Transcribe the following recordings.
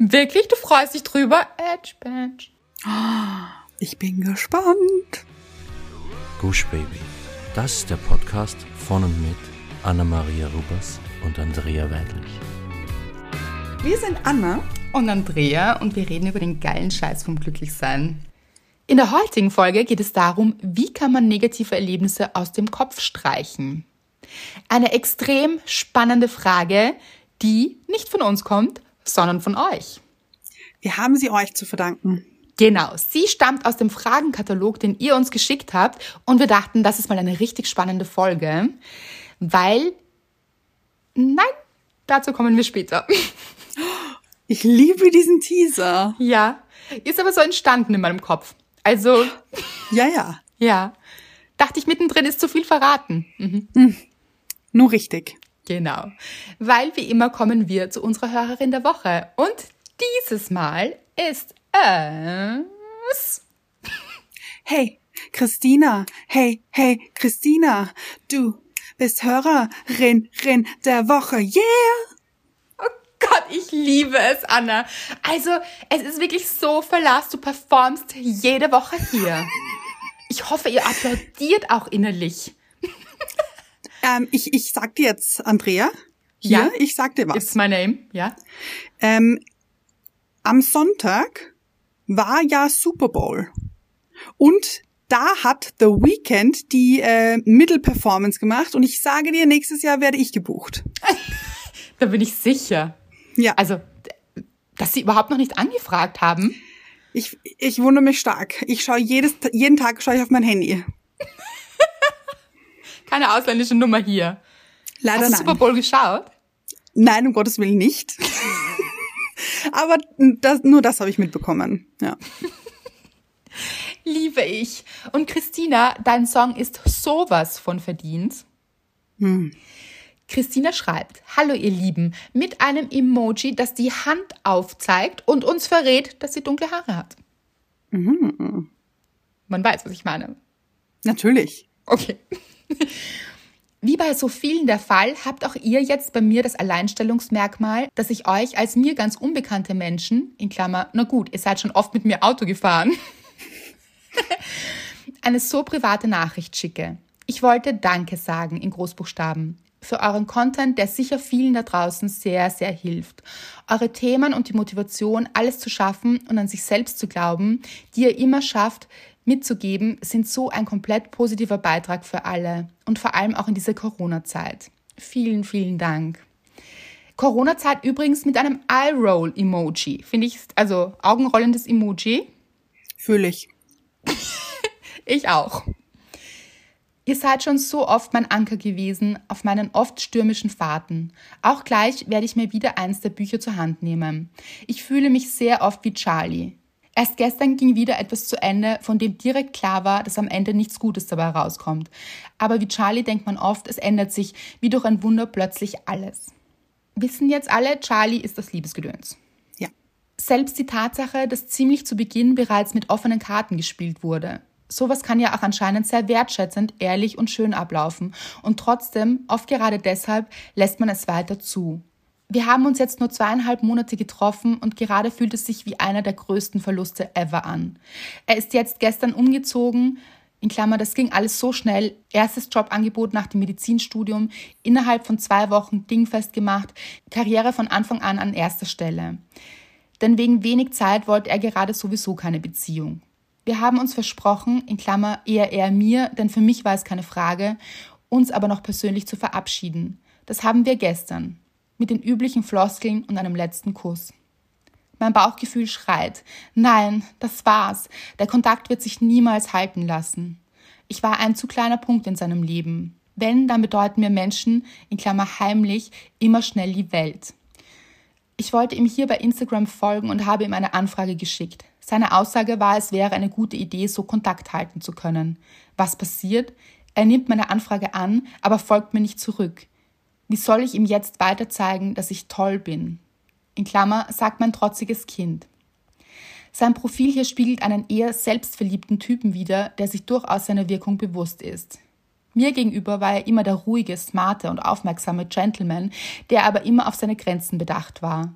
Wirklich? Du freust dich drüber? Edge Badge. Ich bin gespannt. Gush Baby, das ist der Podcast von und mit Anna-Maria Rubers und Andrea Weidlich. Wir sind Anna und Andrea und wir reden über den geilen Scheiß vom Glücklichsein. In der heutigen Folge geht es darum, wie kann man negative Erlebnisse aus dem Kopf streichen. Eine extrem spannende Frage, die nicht von uns kommt, sondern von euch. Wir haben sie euch zu verdanken. Genau, sie stammt aus dem Fragenkatalog, den ihr uns geschickt habt und wir dachten, das ist mal eine richtig spannende Folge, weil, nein, dazu kommen wir später. Ich liebe diesen Teaser. Ja, ist aber so entstanden in meinem Kopf. Also, ja. Dachte ich, mittendrin ist zu viel verraten. Nur richtig. Genau, weil wie immer kommen wir zu unserer Hörerin der Woche und dieses Mal ist es... Hey, Christina, Christina, du bist Hörerin der Woche, yeah! Oh Gott, ich liebe es, Anna. Also, es ist wirklich so verlass, du performst jede Woche hier. Ich hoffe, ihr applaudiert auch innerlich. Ich sag dir jetzt, Andrea. Ja? Ich sag dir was. It's my name, ja. Am Sonntag war ja Super Bowl. Und da hat The Weeknd die Mittelperformance gemacht. Und ich sage dir, nächstes Jahr werde ich gebucht. Da bin ich sicher. Ja. Also, dass sie überhaupt noch nicht angefragt haben. Ich wundere mich stark. Ich schaue jeden Tag schaue ich auf mein Handy. Keine ausländische Nummer hier. Leider Hast du nein. Super Bowl geschaut? Nein, um Gottes Willen nicht. Aber nur das habe ich mitbekommen. Ja. Liebe ich. Und Christina, dein Song ist sowas von verdient. Christina schreibt, hallo ihr Lieben, mit einem Emoji, das die Hand aufzeigt und uns verrät, dass sie dunkle Haare hat. Man weiß, was ich meine. Natürlich. Okay. Wie bei so vielen der Fall, habt auch ihr jetzt bei mir das Alleinstellungsmerkmal, dass ich euch als mir ganz unbekannte Menschen, in Klammer, na gut, ihr seid schon oft mit mir Auto gefahren, eine so private Nachricht schicke. Ich wollte Danke sagen in Großbuchstaben für euren Content, der sicher vielen da draußen sehr, sehr hilft. Eure Themen und die Motivation, alles zu schaffen und an sich selbst zu glauben, die ihr immer schafft, mitzugeben, sind so ein komplett positiver Beitrag für alle und vor allem auch in dieser Corona-Zeit. Vielen, vielen Dank. Corona-Zeit übrigens mit einem Eye-Roll-Emoji. Finde ich, also augenrollendes Emoji. Fühle ich. Ich auch. Ihr seid schon so oft mein Anker gewesen auf meinen oft stürmischen Fahrten. Auch gleich werde ich mir wieder eins der Bücher zur Hand nehmen. Ich fühle mich sehr oft wie Charlie. Erst gestern ging wieder etwas zu Ende, von dem direkt klar war, dass am Ende nichts Gutes dabei rauskommt. Aber wie Charlie denkt man oft, es ändert sich wie durch ein Wunder plötzlich alles. Wissen jetzt alle, Charlie ist das Liebesgedöns. Ja. Selbst die Tatsache, dass ziemlich zu Beginn bereits mit offenen Karten gespielt wurde. Sowas kann ja auch anscheinend sehr wertschätzend, ehrlich und schön ablaufen. Und trotzdem, oft gerade deshalb, lässt man es weiter zu. Wir haben uns jetzt nur 2,5 Monate getroffen und gerade fühlt es sich wie einer der größten Verluste ever an. Er ist jetzt gestern umgezogen, in Klammer, das ging alles so schnell, erstes Jobangebot nach dem Medizinstudium, innerhalb von 2 Wochen dingfest gemacht, Karriere von Anfang an erster Stelle. Denn wegen wenig Zeit wollte er gerade sowieso keine Beziehung. Wir haben uns versprochen, in Klammer eher er mir, denn für mich war es keine Frage, uns aber noch persönlich zu verabschieden. Das haben wir gestern. Mit den üblichen Floskeln und einem letzten Kuss. Mein Bauchgefühl schreit, nein, das war's. Der Kontakt wird sich niemals halten lassen. Ich war ein zu kleiner Punkt in seinem Leben. Wenn, dann bedeuten mir Menschen, in Klammer heimlich, immer schnell die Welt. Ich wollte ihm hier bei Instagram folgen und habe ihm eine Anfrage geschickt. Seine Aussage war, es wäre eine gute Idee, so Kontakt halten zu können. Was passiert? Er nimmt meine Anfrage an, aber folgt mir nicht zurück. Wie soll ich ihm jetzt weiter zeigen, dass ich toll bin? In Klammer sagt mein trotziges Kind. Sein Profil hier spiegelt einen eher selbstverliebten Typen wider, der sich durchaus seiner Wirkung bewusst ist. Mir gegenüber war er immer der ruhige, smarte und aufmerksame Gentleman, der aber immer auf seine Grenzen bedacht war.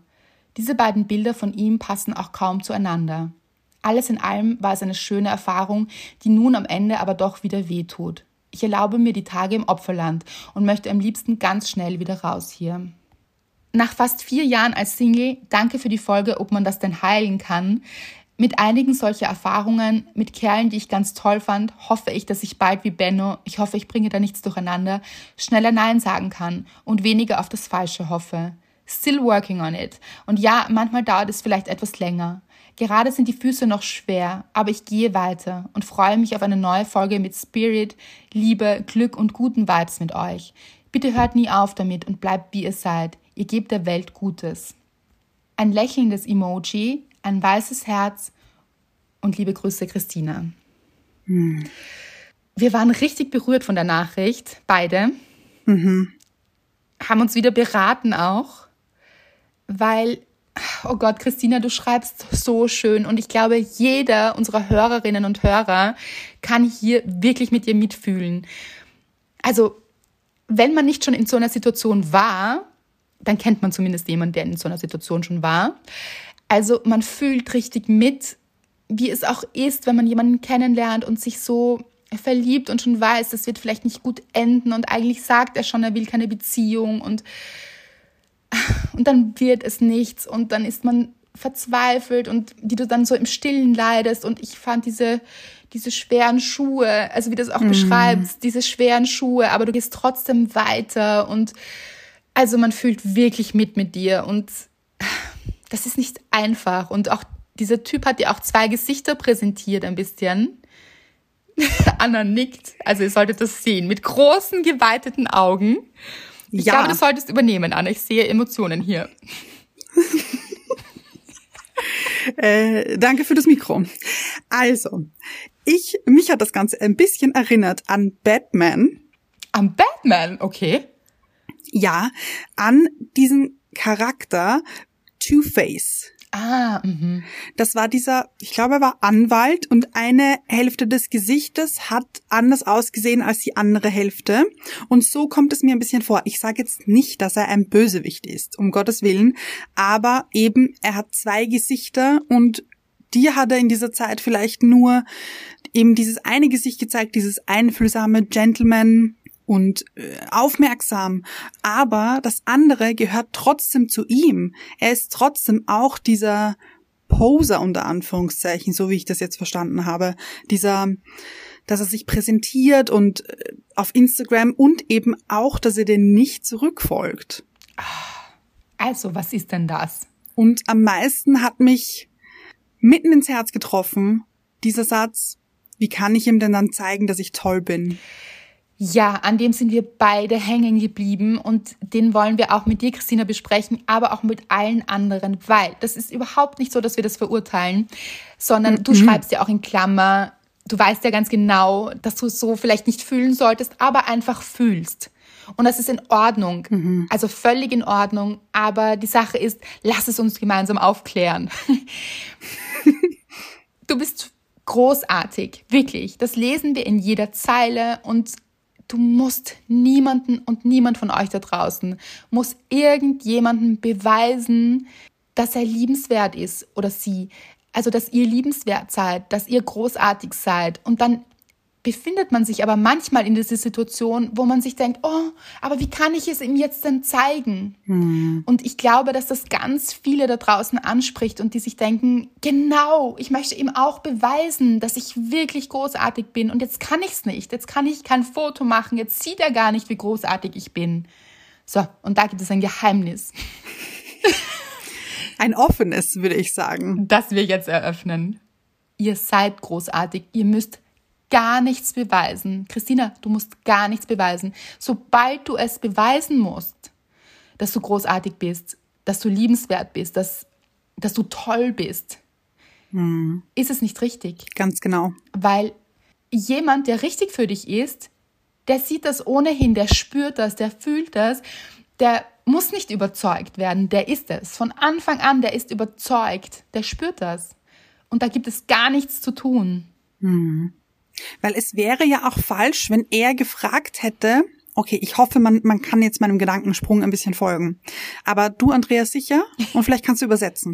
Diese beiden Bilder von ihm passen auch kaum zueinander. Alles in allem war es eine schöne Erfahrung, die nun am Ende aber doch wieder wehtut. Ich erlaube mir die Tage im Opferland und möchte am liebsten ganz schnell wieder raus hier. Nach fast 4 Jahren als Single, danke für die Folge, ob man das denn heilen kann. Mit einigen solcher Erfahrungen, mit Kerlen, die ich ganz toll fand, hoffe ich, dass ich bald wie Benno, ich hoffe, ich bringe da nichts durcheinander, schneller Nein sagen kann und weniger auf das Falsche hoffe. Still working on it. Und ja, manchmal dauert es vielleicht etwas länger. Gerade sind die Füße noch schwer, aber ich gehe weiter und freue mich auf eine neue Folge mit Spirit, Liebe, Glück und guten Vibes mit euch. Bitte hört nie auf damit und bleibt wie ihr seid. Ihr gebt der Welt Gutes. Ein lächelndes Emoji, ein weißes Herz und liebe Grüße, Christina. Wir waren richtig berührt von der Nachricht, beide. Haben uns wieder beraten auch, weil, oh Gott, Christina, du schreibst so schön und ich glaube, jeder unserer Hörerinnen und Hörer kann hier wirklich mit dir mitfühlen. Also, wenn man nicht schon in so einer Situation war, dann kennt man zumindest jemanden, der in so einer Situation schon war. Also man fühlt richtig mit, wie es auch ist, wenn man jemanden kennenlernt und sich so verliebt und schon weiß, das wird vielleicht nicht gut enden und eigentlich sagt er schon, er will keine Beziehung und dann wird es nichts und dann ist man verzweifelt und wie du dann so im Stillen leidest und ich fand diese schweren Schuhe, also wie du es auch beschreibst, diese schweren Schuhe, aber du gehst trotzdem weiter und also man fühlt wirklich mit dir und das ist nicht einfach. Und auch dieser Typ hat dir auch 2 Gesichter präsentiert ein bisschen. Anna nickt, also ihr solltet das sehen, mit großen, geweiteten Augen. Ich glaube, du solltest übernehmen, Anna, ich sehe Emotionen hier. Danke für das Mikro. Also, mich hat das Ganze ein bisschen erinnert an Batman. An Batman? Okay. Ja, an diesen Charakter Two-Face. Das war ich glaube, er war Anwalt und eine Hälfte des Gesichtes hat anders ausgesehen als die andere Hälfte. Und so kommt es mir ein bisschen vor. Ich sage jetzt nicht, dass er ein Bösewicht ist, um Gottes Willen, aber eben, er hat 2 Gesichter und die hat er in dieser Zeit vielleicht nur eben dieses eine Gesicht gezeigt, dieses einfühlsame Gentleman und aufmerksam, aber das andere gehört trotzdem zu ihm. Er ist trotzdem auch dieser Poser unter Anführungszeichen, so wie ich das jetzt verstanden habe, dass er sich präsentiert und auf Instagram und eben auch, dass er dir nicht zurückfolgt. Also, was ist denn das? Und am meisten hat mich mitten ins Herz getroffen, dieser Satz, wie kann ich ihm denn dann zeigen, dass ich toll bin? Ja, an dem sind wir beide hängen geblieben und den wollen wir auch mit dir, Christina, besprechen, aber auch mit allen anderen, weil das ist überhaupt nicht so, dass wir das verurteilen, sondern du schreibst ja auch in Klammer, du weißt ja ganz genau, dass du es so vielleicht nicht fühlen solltest, aber einfach fühlst. Und das ist in Ordnung, also völlig in Ordnung, aber die Sache ist, lass es uns gemeinsam aufklären. Du bist großartig, wirklich, das lesen wir in jeder Zeile und du musst niemand von euch da draußen muss irgendjemandem beweisen, dass er liebenswert ist oder sie. Also, dass ihr liebenswert seid, dass ihr großartig seid. Und dann befindet man sich aber manchmal in dieser Situation, wo man sich denkt, oh, aber wie kann ich es ihm jetzt denn zeigen? Und ich glaube, dass das ganz viele da draußen anspricht und die sich denken, genau, ich möchte ihm auch beweisen, dass ich wirklich großartig bin und jetzt kann ich es nicht, jetzt kann ich kein Foto machen, jetzt sieht er gar nicht, wie großartig ich bin. So, und da gibt es ein Geheimnis. Ein offenes, würde ich sagen. Das wir jetzt eröffnen. Ihr seid großartig, ihr müsst gar nichts beweisen. Christina, du musst gar nichts beweisen. Sobald du es beweisen musst, dass du großartig bist, dass du liebenswert bist, dass du toll bist, ist es nicht richtig. Ganz genau. Weil jemand, der richtig für dich ist, der sieht das ohnehin, der spürt das, der fühlt das, der muss nicht überzeugt werden, der ist es. Von Anfang an, der ist überzeugt, der spürt das. Und da gibt es gar nichts zu tun. Weil es wäre ja auch falsch, wenn er gefragt hätte, Okay, ich hoffe, man kann jetzt meinem Gedankensprung ein bisschen folgen. Aber du, Andreas, sicher? Und vielleicht kannst du übersetzen.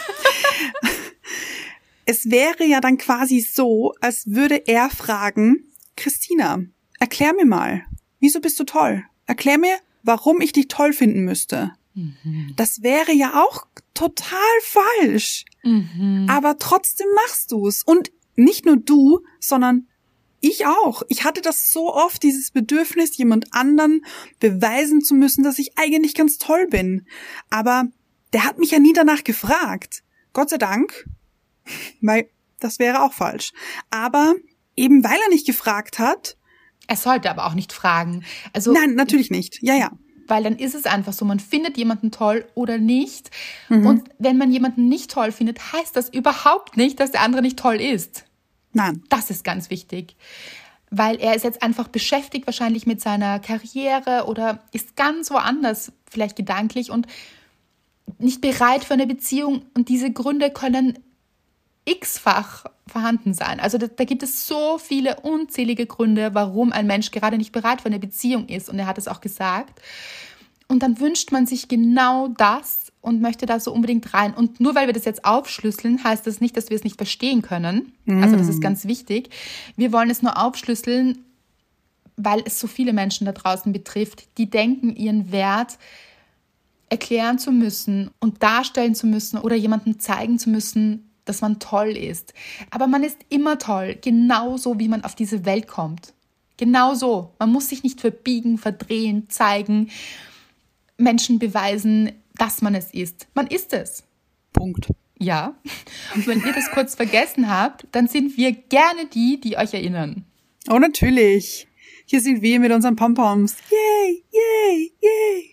Es wäre ja dann quasi so, als würde er fragen, Christina, erklär mir mal, wieso bist du toll? Erklär mir, warum ich dich toll finden müsste. Mhm. Das wäre ja auch total falsch. Mhm. Aber trotzdem machst du's. Und nicht nur du, sondern ich auch. Ich hatte das so oft, dieses Bedürfnis, jemand anderen beweisen zu müssen, dass ich eigentlich ganz toll bin. Aber der hat mich ja nie danach gefragt. Gott sei Dank, weil das wäre auch falsch. Aber eben weil er nicht gefragt hat. Er sollte aber auch nicht fragen. Also nein, natürlich nicht. Ja. Weil dann ist es einfach so, man findet jemanden toll oder nicht. Mhm. Und wenn man jemanden nicht toll findet, heißt das überhaupt nicht, dass der andere nicht toll ist. Nein. Das ist ganz wichtig. Weil er ist jetzt einfach beschäftigt wahrscheinlich mit seiner Karriere oder ist ganz woanders vielleicht gedanklich und nicht bereit für eine Beziehung. Und diese Gründe können x-fach vorhanden sein. Also da gibt es so viele unzählige Gründe, warum ein Mensch gerade nicht bereit für eine Beziehung ist. Und er hat es auch gesagt. Und dann wünscht man sich genau das und möchte da so unbedingt rein. Und nur weil wir das jetzt aufschlüsseln, heißt das nicht, dass wir es nicht verstehen können. Also das ist ganz wichtig. Wir wollen es nur aufschlüsseln, weil es so viele Menschen da draußen betrifft, die denken, ihren Wert erklären zu müssen und darstellen zu müssen oder jemandem zeigen zu müssen, dass man toll ist. Aber man ist immer toll, genauso wie man auf diese Welt kommt. Genauso. Man muss sich nicht verbiegen, verdrehen, zeigen, Menschen beweisen, dass man es ist. Man ist es. Punkt. Ja. Und wenn ihr das kurz vergessen habt, dann sind wir gerne die euch erinnern. Oh, natürlich. Hier sind wir mit unseren Pompoms. Yay, yay, yay.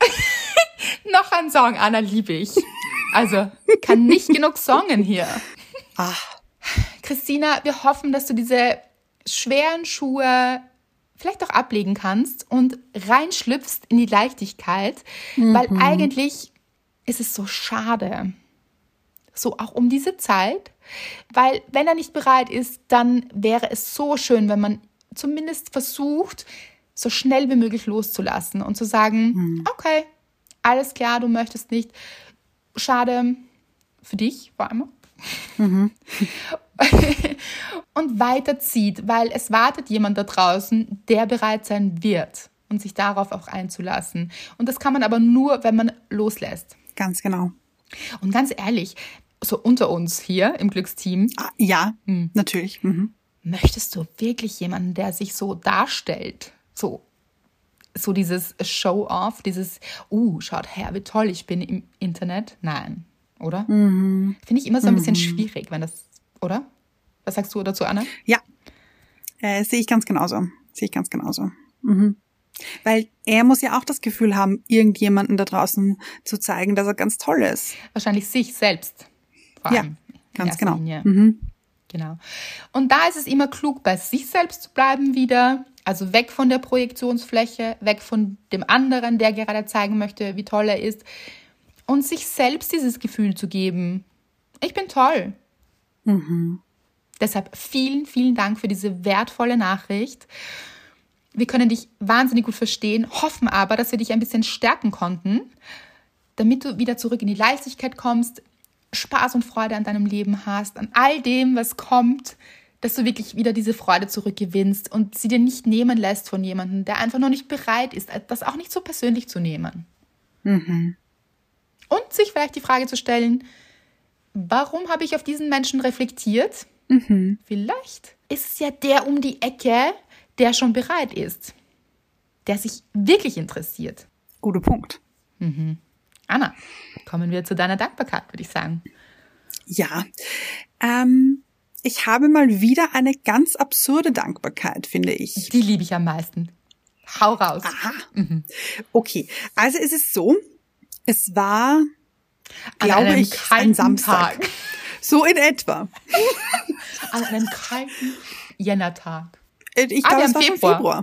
Noch ein Song, Anna, liebe ich. Also, kann nicht genug songen hier. Ach. Christina, wir hoffen, dass du diese schweren Schuhe vielleicht auch ablegen kannst und reinschlüpfst in die Leichtigkeit, weil eigentlich ist es so schade, so auch um diese Zeit, weil wenn er nicht bereit ist, dann wäre es so schön, wenn man zumindest versucht, so schnell wie möglich loszulassen und zu sagen, okay, alles klar, du möchtest nicht, schade für dich vor allem. Und weiterzieht, weil es wartet jemand da draußen, der bereit sein wird und sich darauf auch einzulassen. Und das kann man aber nur, wenn man loslässt. Ganz genau. Und ganz ehrlich, so unter uns hier im Glücksteam. Ja, natürlich. Möchtest du wirklich jemanden, der sich so darstellt? So dieses Show-off, dieses, schaut her, wie toll ich bin im Internet? Nein, oder? Finde ich immer so ein bisschen schwierig, wenn das, oder? Was sagst du dazu, Anna? Ja, sehe ich ganz genauso. Weil er muss ja auch das Gefühl haben, irgendjemanden da draußen zu zeigen, dass er ganz toll ist. Wahrscheinlich sich selbst. Vor allem. Ja, ganz genau. Genau. Und da ist es immer klug, bei sich selbst zu bleiben wieder. Also weg von der Projektionsfläche, weg von dem anderen, der gerade zeigen möchte, wie toll er ist. Und sich selbst dieses Gefühl zu geben. Ich bin toll. Deshalb vielen, vielen Dank für diese wertvolle Nachricht. Wir können dich wahnsinnig gut verstehen, hoffen aber, dass wir dich ein bisschen stärken konnten, damit du wieder zurück in die Leichtigkeit kommst, Spaß und Freude an deinem Leben hast, an all dem, was kommt, dass du wirklich wieder diese Freude zurückgewinnst und sie dir nicht nehmen lässt von jemandem, der einfach noch nicht bereit ist, das auch nicht so persönlich zu nehmen. Und sich vielleicht die Frage zu stellen, warum habe ich auf diesen Menschen reflektiert? Vielleicht ist es ja der um die Ecke, der schon bereit ist, der sich wirklich interessiert. Guter Punkt. Anna, kommen wir zu deiner Dankbarkeit, würde ich sagen. Ja, ich habe mal wieder eine ganz absurde Dankbarkeit, finde ich. Die liebe ich am meisten. Hau raus. Aha. Okay, also es ist so, es war, glaube ich, ein Samstag. Tag. So in etwa. An einem kalten Jännertag. Ich glaube, es war schon Februar.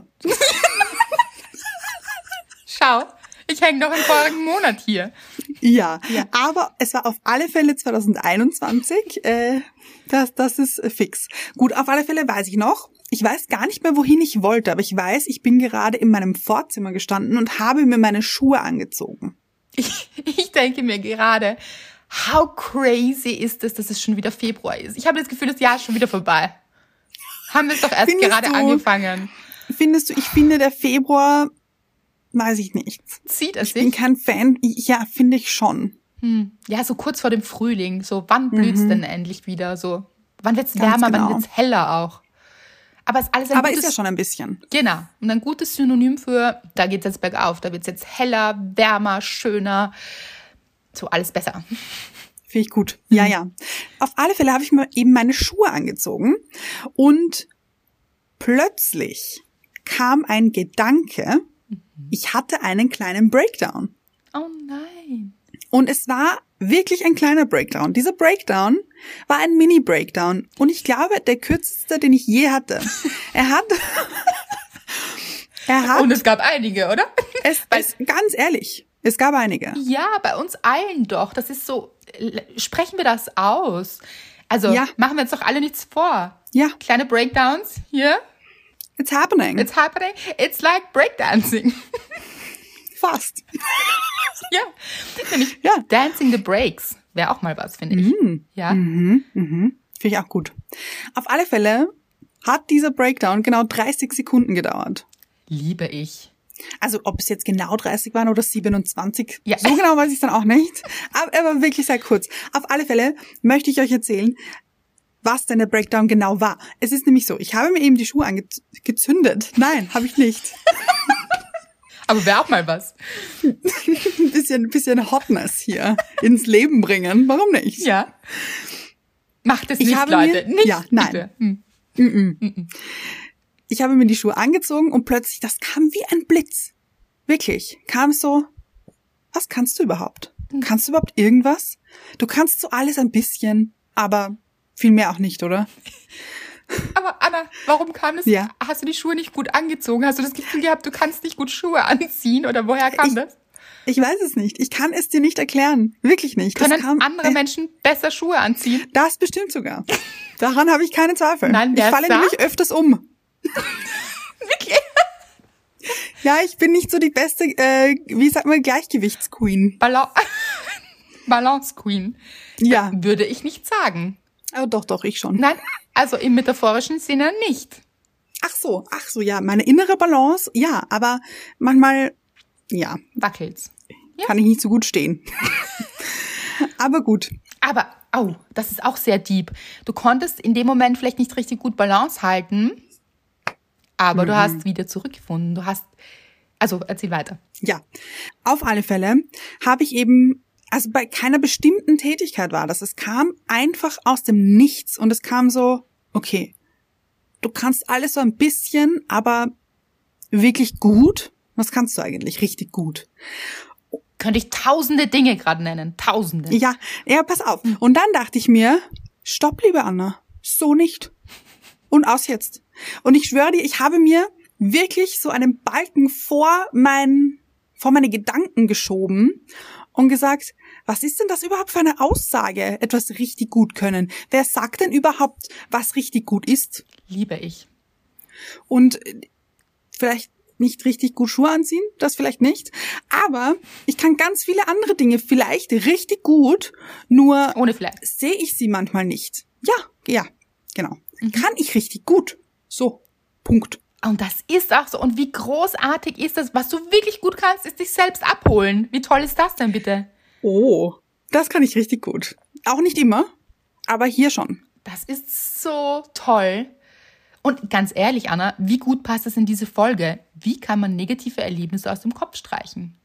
Schau, ich hänge noch im vorigen Monat hier. Ja, aber es war auf alle Fälle 2021. Das ist fix. Gut, auf alle Fälle weiß ich noch, Ich weiß gar nicht mehr, wohin ich wollte, aber ich weiß, ich bin gerade in meinem Vorzimmer gestanden und habe mir meine Schuhe angezogen. Ich denke mir gerade, how crazy ist es, dass es schon wieder Februar ist? Ich habe das Gefühl, das Jahr ist schon wieder vorbei. Haben wir es doch erst gerade angefangen. Findest du, ich finde, der Februar, weiß ich nicht. Zieht es sich? Ich bin kein Fan. Ja, finde ich schon. Ja, so kurz vor dem Frühling. So, wann blüht's denn endlich wieder? So, wann wird's wärmer, wann wird's heller auch? Aber es ist alles aber ist ja schon ein bisschen. Genau. Und ein gutes Synonym für, da geht's jetzt bergauf. Da wird's jetzt heller, wärmer, schöner. So, alles besser. Finde ich gut. Ja, ja. Auf alle Fälle habe ich mir eben meine Schuhe angezogen und plötzlich kam ein Gedanke, ich hatte einen kleinen Breakdown. Oh nein. Und es war wirklich ein kleiner Breakdown. Dieser Breakdown war ein Mini-Breakdown. Und ich glaube, der kürzeste, den ich je hatte. Er hat... Und es gab einige, oder? Ganz ehrlich, es gab einige. Ja, bei uns allen doch. Das ist so, sprechen wir das aus. Also machen wir uns doch alle nichts vor. Ja. Kleine Breakdowns hier. It's happening. It's happening. It's like Breakdancing. Fast. Ja, nämlich Dancing the Breaks wäre auch mal was, finde ich. Ja. Finde ich auch gut. Auf alle Fälle hat dieser Breakdown genau 30 Sekunden gedauert. Liebe ich. Also ob es jetzt genau 30 waren oder 27, so genau weiß ich es dann auch nicht. Aber er war wirklich sehr kurz. Auf alle Fälle möchte ich euch erzählen, was denn der Breakdown genau war. Es ist nämlich so, ich habe mir eben die Schuhe angezündet. Nein, habe ich nicht. Aber wäre auch mal was. Ein bisschen Hotness hier ins Leben bringen. Warum nicht? Ja. Macht es nicht, Leute. Nicht. Ja, nein. Ich habe mir die Schuhe angezogen und plötzlich, das kam wie ein Blitz. Wirklich. Kam so, was kannst du überhaupt? Kannst du überhaupt irgendwas? Du kannst so alles ein bisschen, aber viel mehr auch nicht, oder? Aber Anna, warum kam es? Ja. Hast du die Schuhe nicht gut angezogen? Hast du das Gefühl gehabt, du kannst nicht gut Schuhe anziehen? Oder woher kam das? Ich weiß es nicht. Ich kann es dir nicht erklären. Wirklich nicht. Können andere Menschen besser Schuhe anziehen? Das bestimmt sogar. Daran habe ich keine Zweifel. Nein, ich falle nämlich öfters um. Wirklich? Ja, ich bin nicht so die beste, wie sagt man, Gleichgewichtsqueen. Balance Queen. Ja. Würde ich nicht sagen. Oh, doch, ich schon. Nein, also im metaphorischen Sinne nicht. Ach so, ja, meine innere Balance, ja, aber manchmal, ja. Wackelt's. Ja. Kann ich nicht so gut stehen. Aber gut. Aber, das ist auch sehr deep. Du konntest in dem Moment vielleicht nicht richtig gut Balance halten, aber du hast wieder zurückgefunden. Also erzähl weiter. Ja, auf alle Fälle habe ich eben, also bei keiner bestimmten Tätigkeit war das. Es kam einfach aus dem Nichts und es kam so, okay, du kannst alles so ein bisschen, aber wirklich gut. Was kannst du eigentlich richtig gut? Könnte ich tausende Dinge gerade nennen. Tausende. Ja, pass auf. Und dann dachte ich mir, stopp, liebe Anna, so nicht. Und aus jetzt. Und ich schwöre dir, ich habe mir wirklich so einen Balken vor meine Gedanken geschoben und gesagt, was ist denn das überhaupt für eine Aussage, etwas richtig gut können? Wer sagt denn überhaupt, was richtig gut ist? Liebe ich. Und vielleicht nicht richtig gut Schuhe anziehen, das vielleicht nicht. Aber ich kann ganz viele andere Dinge vielleicht richtig gut, nur ohne vielleicht sehe ich sie manchmal nicht. Ja, genau. Kann ich richtig gut. So, Punkt. Und das ist auch so. Und wie großartig ist das? Was du wirklich gut kannst, ist dich selbst abholen. Wie toll ist das denn bitte? Oh, das kann ich richtig gut. Auch nicht immer, aber hier schon. Das ist so toll. Und ganz ehrlich, Anna, wie gut passt es in diese Folge? Wie kann man negative Erlebnisse aus dem Kopf streichen?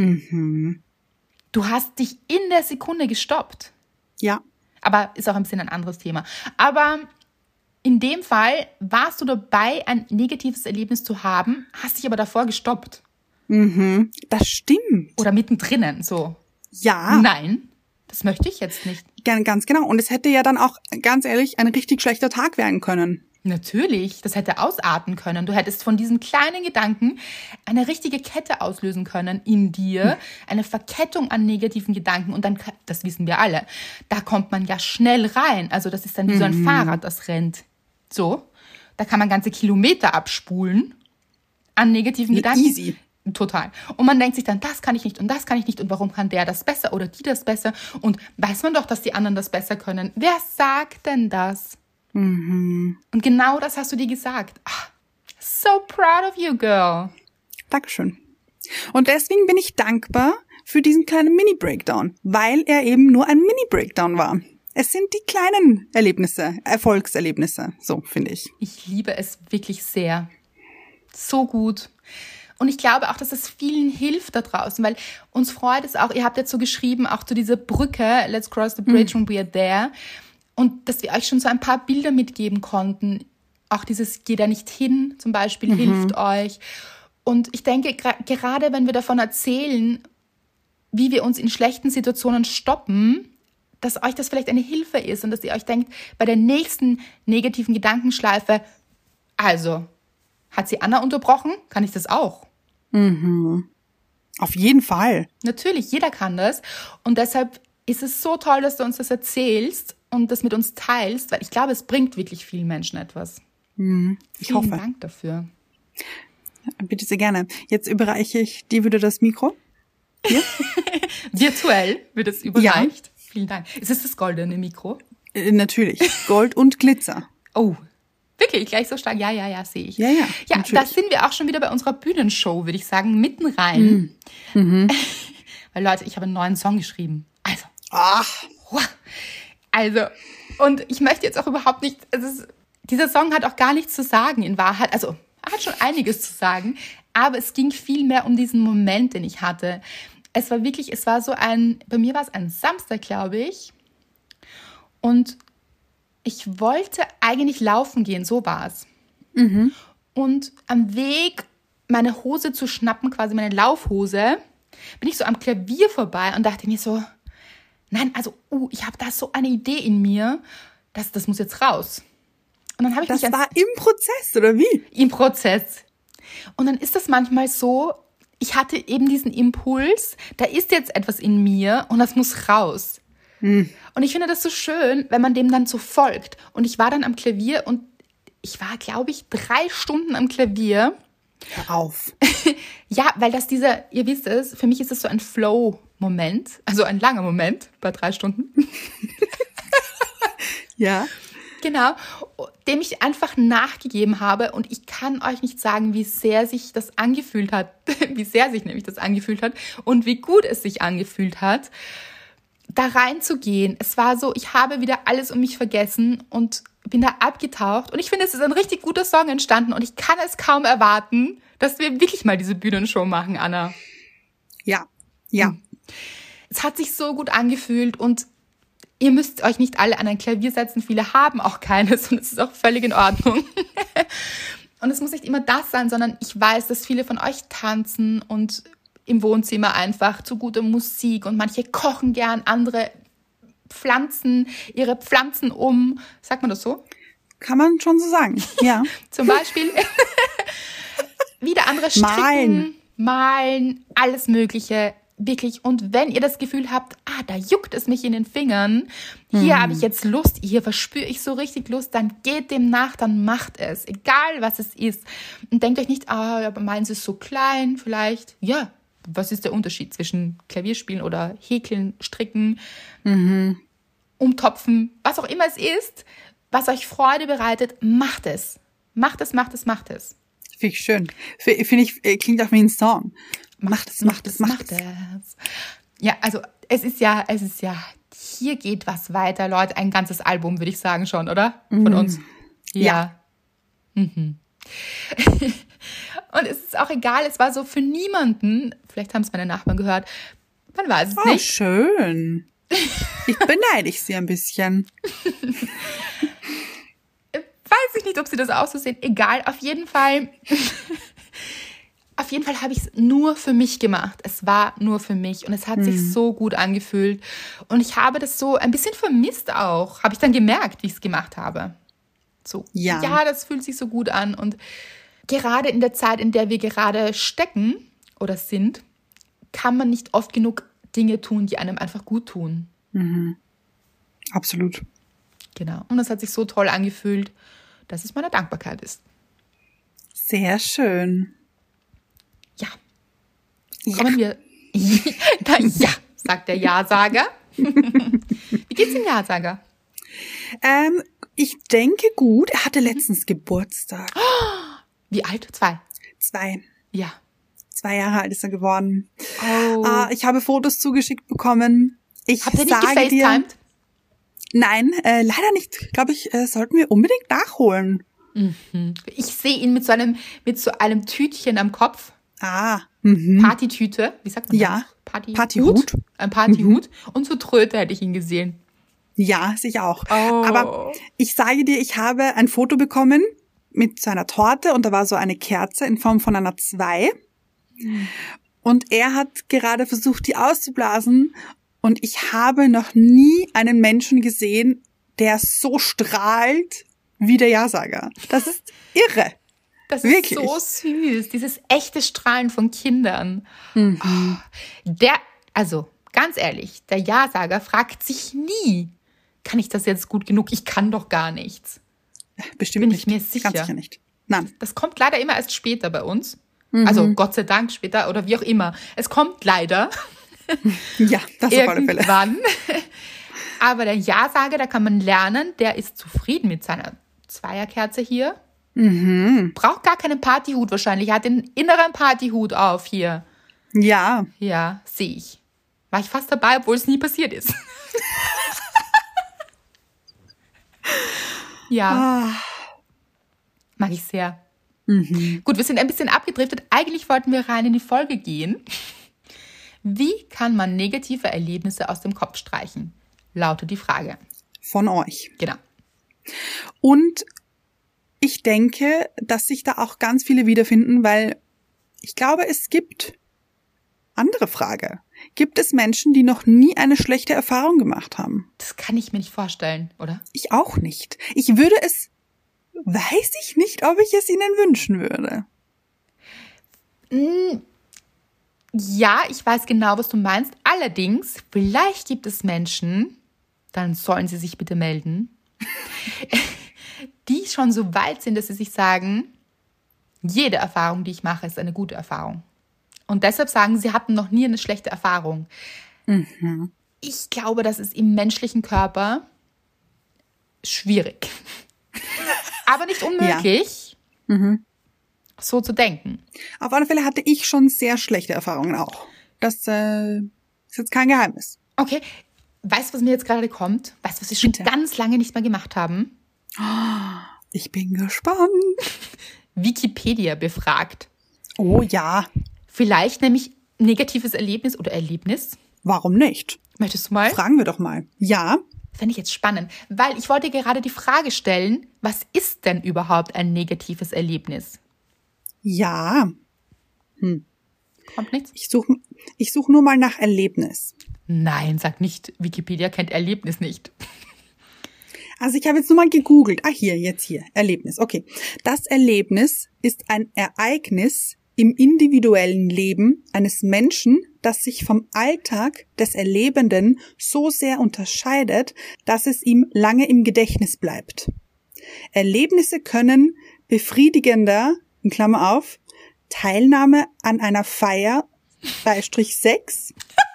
Du hast dich in der Sekunde gestoppt. Ja. Aber ist auch ein bisschen ein anderes Thema. Aber in dem Fall warst du dabei, ein negatives Erlebnis zu haben, hast dich aber davor gestoppt. Das stimmt. Oder mittendrin, so. Ja. Nein, das möchte ich jetzt nicht. Ganz genau. Und es hätte ja dann auch, ganz ehrlich, ein richtig schlechter Tag werden können. Natürlich, das hätte ausarten können. Du hättest von diesen kleinen Gedanken eine richtige Kette auslösen können in dir, eine Verkettung an negativen Gedanken und dann, das wissen wir alle, da kommt man ja schnell rein. Also das ist dann wie so ein Fahrrad, das rennt. So, da kann man ganze Kilometer abspulen an negativen Gedanken. Easy. Total. Und man denkt sich dann, das kann ich nicht und das kann ich nicht und warum kann der das besser oder die das besser? Und weiß man doch, dass die anderen das besser können. Wer sagt denn das? Und genau das hast du dir gesagt. So proud of you, girl. Dankeschön. Und deswegen bin ich dankbar für diesen kleinen Mini-Breakdown, weil er eben nur ein Mini-Breakdown war. Es sind die kleinen Erlebnisse, Erfolgserlebnisse, so finde ich. Ich liebe es wirklich sehr. So gut. Und ich glaube auch, dass es vielen hilft da draußen, weil uns freut es auch, ihr habt jetzt so geschrieben, auch zu dieser Brücke, let's cross the bridge when we are there. Und dass wir euch schon so ein paar Bilder mitgeben konnten. Auch dieses Geh da nicht hin zum Beispiel hilft euch. Und ich denke, gerade wenn wir davon erzählen, wie wir uns in schlechten Situationen stoppen, dass euch das vielleicht eine Hilfe ist und dass ihr euch denkt, bei der nächsten negativen Gedankenschleife, also, hat sie Anna unterbrochen? Kann ich das auch? Auf jeden Fall. Natürlich, jeder kann das. Und deshalb ist es so toll, dass du uns das erzählst und das mit uns teilst, weil ich glaube, es bringt wirklich vielen Menschen etwas. Ich hoffe. Vielen Dank dafür. Bitte sehr gerne. Jetzt überreiche ich dir wieder das Mikro. Ja? Virtuell wird es überreicht. Ja. Vielen Dank. Ist es das goldene Mikro? Natürlich. Gold und Glitzer. Oh, wirklich? Gleich so stark? Ja, sehe ich. Ja, da sind wir auch schon wieder bei unserer Bühnenshow, würde ich sagen, mitten rein. Weil, Leute, ich habe einen neuen Song geschrieben. Also, und ich möchte jetzt auch überhaupt nicht, dieser Song hat auch gar nichts zu sagen in Wahrheit. Also, er hat schon einiges zu sagen, aber es ging viel mehr um diesen Moment, den ich hatte. Bei mir war es ein Samstag, glaube ich. Und ich wollte eigentlich laufen gehen, so war es. Und am Weg, meine Hose zu schnappen, quasi meine Laufhose, bin ich so am Klavier vorbei und dachte mir so, nein, ich habe da so eine Idee in mir, das muss jetzt raus. Und dann habe ich Das war im Prozess, oder wie? Im Prozess. Und dann ist das manchmal so, ich hatte eben diesen Impuls, da ist jetzt etwas in mir und das muss raus. Und ich finde das so schön, wenn man dem dann so folgt. Und ich war dann am Klavier und ich war, glaube ich, 3 Stunden am Klavier. Hör auf. Ja, weil ihr wisst es, für mich ist es so ein Flow-Moment, also ein langer Moment bei 3 Stunden. Ja. Genau, dem ich einfach nachgegeben habe und ich kann euch nicht sagen, wie sehr sich das angefühlt hat, wie sehr sich nämlich das angefühlt hat und wie gut es sich angefühlt hat, da reinzugehen. Es war so, ich habe wieder alles um mich vergessen und bin da abgetaucht und ich finde, es ist ein richtig guter Song entstanden und ich kann es kaum erwarten, dass wir wirklich mal diese Bühnenshow machen, Anna. Ja. Es hat sich so gut angefühlt und ihr müsst euch nicht alle an ein Klavier setzen, viele haben auch keines und es ist auch völlig in Ordnung. Und es muss nicht immer das sein, sondern ich weiß, dass viele von euch tanzen und im Wohnzimmer einfach zu guter Musik und manche kochen gern, andere pflanzen ihre Pflanzen um. Sagt man das so? Kann man schon so sagen, ja. Zum Beispiel wieder andere stricken, malen, alles Mögliche. Wirklich. Und wenn ihr das Gefühl habt, da juckt es mich in den Fingern, hier habe ich jetzt Lust, hier verspüre ich so richtig Lust, dann geht dem nach, dann macht es. Egal, was es ist. Und denkt euch nicht, aber meins ist so klein vielleicht. Ja, was ist der Unterschied zwischen Klavierspielen oder Häkeln, Stricken, Umtopfen, was auch immer es ist, was euch Freude bereitet, macht es. Macht es. Finde ich schön. Finde ich, klingt auch wie ein Song. Macht es. Ja, also es ist ja, hier geht was weiter, Leute. Ein ganzes Album, würde ich sagen schon, oder? Von uns. Ja. Und es ist auch egal, es war so für niemanden, vielleicht haben es meine Nachbarn gehört, man weiß es nicht. Schön. Ich beneide sie ein bisschen. Weiß ich nicht, ob sie das auch so sehen. Egal, auf jeden Fall habe ich es nur für mich gemacht. Es war nur für mich und es hat sich so gut angefühlt. Und ich habe das so ein bisschen vermisst auch. Habe ich dann gemerkt, wie ich es gemacht habe. So, ja, das fühlt sich so gut an. Und gerade in der Zeit, in der wir gerade stecken oder sind, kann man nicht oft genug Dinge tun, die einem einfach gut tun. Absolut. Genau. Und das hat sich so toll angefühlt. dass es meine Dankbarkeit ist. Sehr schön. Ja. Kommen wir. Na ja, sagt der Ja-Sager. Wie geht's dem Ja-Sager? Ich denke gut. Er hatte letztens Geburtstag. Wie alt? 2? 2. Ja. 2 Jahre alt ist er geworden. Oh. Ich habe Fotos zugeschickt bekommen. Habt ihr nicht gefacetimed? Nein, leider nicht. Glaube ich, sollten wir unbedingt nachholen. Mhm. Ich sehe ihn mit so einem Tütchen am Kopf. Mhm. Partytüte, wie sagt man das? Ja, Partyhut. Ein Partyhut. Und so Tröte hätte ich ihn gesehen. Ja, ich auch. Oh. Aber ich sage dir, ich habe ein Foto bekommen mit seiner Torte und da war so eine Kerze in Form von einer 2. Und er hat gerade versucht, die auszublasen. Und ich habe noch nie einen Menschen gesehen, der so strahlt wie der Ja-Sager. Das ist irre. Das Wirklich. ist so süß. Dieses echte Strahlen von Kindern. Mhm. Also ganz ehrlich, der Ja-Sager fragt sich nie, kann ich das jetzt gut genug? Ich kann doch gar nichts. Bestimmt Bin nicht. ich mir sicher. Ganz sicher nicht. Nein. Das kommt leider immer erst später bei uns. Also Gott sei Dank später oder wie auch immer. Es kommt leider. Ja, das auf alle Fälle. Irgendwann. Aber der Ja-Sager, da kann man lernen, der ist zufrieden mit seiner Zweierkerze hier. Mhm. Braucht gar keinen Partyhut wahrscheinlich. Er hat den inneren Partyhut auf hier. Ja. Ja, sehe ich. War ich fast dabei, obwohl es nie passiert ist. Ja. Mag ich sehr. Mhm. Gut, wir sind ein bisschen abgedriftet. Eigentlich wollten wir rein in die Folge gehen. Wie kann man negative Erlebnisse aus dem Kopf streichen? Lautet die Frage. Von euch. Genau. Und ich denke, dass sich da auch ganz viele wiederfinden, weil ich glaube, es gibt, andere Frage, gibt es Menschen, die noch nie eine schlechte Erfahrung gemacht haben? Das kann ich mir nicht vorstellen, oder? Ich auch nicht. Ich würde es, weiß ich nicht, ob ich es ihnen wünschen würde. Ja, ich weiß genau, was du meinst. Allerdings, vielleicht gibt es Menschen, dann sollen sie sich bitte melden, die schon so weit sind, dass sie sich sagen, jede Erfahrung, die ich mache, ist eine gute Erfahrung. Und deshalb sagen, sie hatten noch nie eine schlechte Erfahrung. Mhm. Ich glaube, das ist im menschlichen Körper schwierig. Aber nicht unmöglich, so zu denken. Auf alle Fälle hatte ich schon sehr schlechte Erfahrungen auch. Das ist jetzt kein Geheimnis. Okay, weißt du, was mir jetzt gerade kommt? Weißt du, was wir schon ganz lange nicht mehr gemacht haben? Ich bin gespannt. Wikipedia befragt. Oh ja. Vielleicht nämlich negatives Erlebnis oder Erlebnis. Warum nicht? Möchtest du mal? Fragen wir doch mal. Ja. Fände ich jetzt spannend, weil ich wollte gerade die Frage stellen, was ist denn überhaupt ein negatives Erlebnis? Ja. Kommt nichts? Ich such nur mal nach Erlebnis. Nein, sag nicht, Wikipedia kennt Erlebnis nicht. Also ich habe jetzt nur mal gegoogelt. Hier, Erlebnis. Okay. Das Erlebnis ist ein Ereignis im individuellen Leben eines Menschen, das sich vom Alltag des Erlebenden so sehr unterscheidet, dass es ihm lange im Gedächtnis bleibt. Erlebnisse können befriedigender, in Klammer auf, Teilnahme an einer Feier, /6,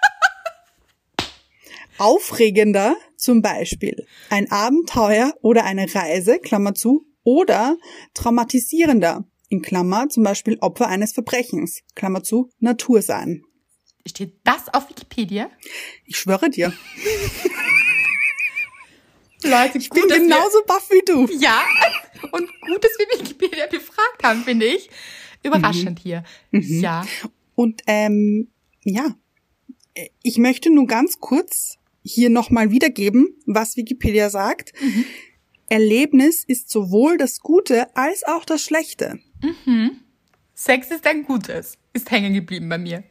aufregender, zum Beispiel ein Abenteuer oder eine Reise, Klammer zu, oder traumatisierender, in Klammer zum Beispiel Opfer eines Verbrechens, Klammer zu, Natur sein. Steht das auf Wikipedia? Ich schwöre dir. Leute, ich bin genauso baff wie du. Ja, und gut, dass wir Wikipedia befragt haben, finde ich. Überraschend hier. Ja. Und ich möchte nur ganz kurz hier nochmal wiedergeben, was Wikipedia sagt. Erlebnis ist sowohl das Gute als auch das Schlechte. Sex ist ein Gutes. Ist hängen geblieben bei mir.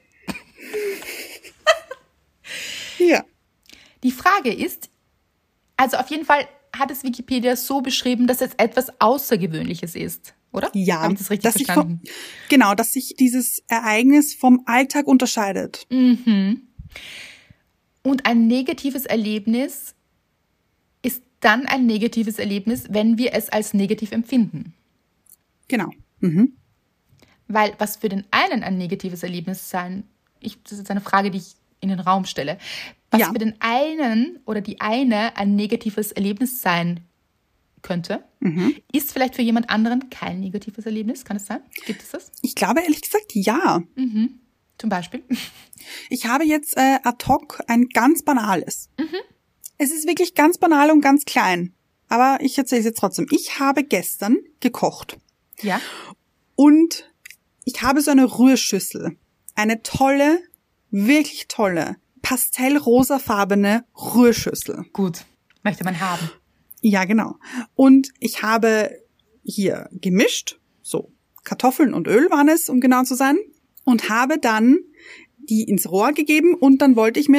Ja. Die Frage ist, also auf jeden Fall hat es Wikipedia so beschrieben, dass es etwas Außergewöhnliches ist, oder? Ja. Habe ich das richtig verstanden? Dass sich dieses Ereignis vom Alltag unterscheidet. Und ein negatives Erlebnis ist dann ein negatives Erlebnis, wenn wir es als negativ empfinden. Genau. Weil was für den einen ein negatives Erlebnis sein, das ist jetzt eine Frage, die ich in den Raum stelle, was für den einen oder die eine ein negatives Erlebnis sein könnte, ist vielleicht für jemand anderen kein negatives Erlebnis. Kann es sein? Gibt es das? Ich glaube ehrlich gesagt, ja. Zum Beispiel? Ich habe jetzt ad hoc ein ganz banales. Es ist wirklich ganz banal und ganz klein. Aber ich erzähle es jetzt trotzdem. Ich habe gestern gekocht. Ja. Und ich habe so eine Rührschüssel. Eine tolle, wirklich tolle, pastellrosafarbene Rührschüssel. Gut. Möchte man haben. Ja, genau. Und ich habe hier gemischt, so Kartoffeln und Öl waren es, um genau zu sein, und habe dann die ins Rohr gegeben und dann wollte ich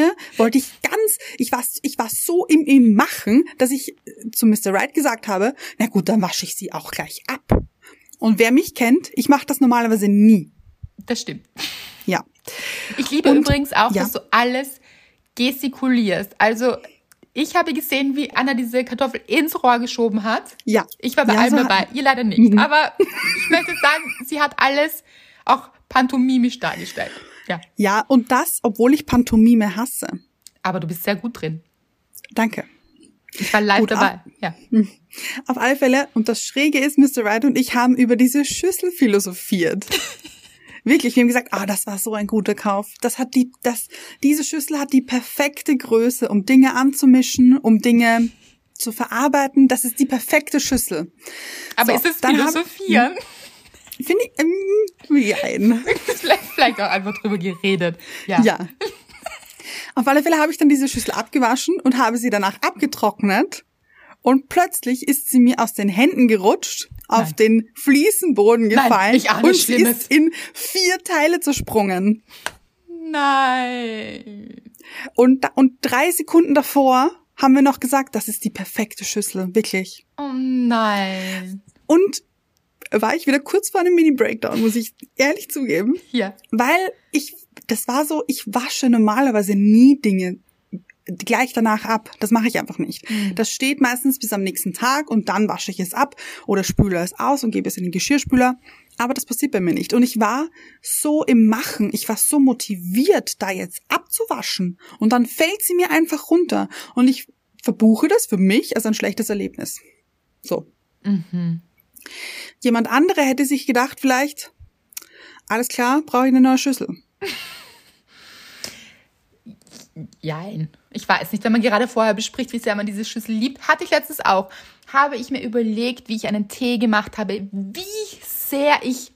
war so im Machen, dass ich zu Mr. Right gesagt habe, na gut, dann wasche ich sie auch gleich ab. Und wer mich kennt, ich mache das normalerweise nie. Das stimmt. Ja. Ich liebe übrigens auch, dass du alles gestikulierst. Also ich habe gesehen, wie Anna diese Kartoffel ins Rohr geschoben hat. Ja. Ich war bei allem dabei, ihr leider nicht. Aber ich möchte sagen, sie hat alles auch pantomimisch dargestellt. Ja. Ja, und das, obwohl ich Pantomime hasse. Aber du bist sehr gut drin. Danke. Ich war live dabei. Ja. Auf alle Fälle, und das Schräge ist, Mr. Right und ich haben über diese Schüssel philosophiert. Wirklich, wir haben gesagt, das war so ein guter Kauf. Diese Schüssel hat die perfekte Größe, um Dinge anzumischen, um Dinge zu verarbeiten. Das ist die perfekte Schüssel. Aber so, ist es Philosophieren? Finde ich, nein. Vielleicht auch einfach drüber geredet. Ja. Auf alle Fälle habe ich dann diese Schüssel abgewaschen und habe sie danach abgetrocknet. Und plötzlich ist sie mir aus den Händen gerutscht, auf den Fliesenboden gefallen und sie ist in 4 Teile zersprungen. Nein. Und 3 Sekunden davor haben wir noch gesagt, das ist die perfekte Schüssel, wirklich. Oh nein. Und war ich wieder kurz vor einem Mini-Breakdown, muss ich ehrlich zugeben. Ja. Weil ich wasche normalerweise nie Dinge gleich danach ab. Das mache ich einfach nicht. Das steht meistens bis am nächsten Tag und dann wasche ich es ab oder spüle es aus und gebe es in den Geschirrspüler. Aber das passiert bei mir nicht. Und ich war so im Machen, ich war so motiviert, da jetzt abzuwaschen. Und dann fällt sie mir einfach runter. Und ich verbuche das für mich als ein schlechtes Erlebnis. So. Jemand andere hätte sich gedacht vielleicht, alles klar, brauche ich eine neue Schüssel. Jein. Ich weiß nicht, wenn man gerade vorher bespricht, wie sehr man diese Schüssel liebt, hatte ich letztens auch, habe ich mir überlegt, wie ich einen Tee gemacht habe, wie sehr ich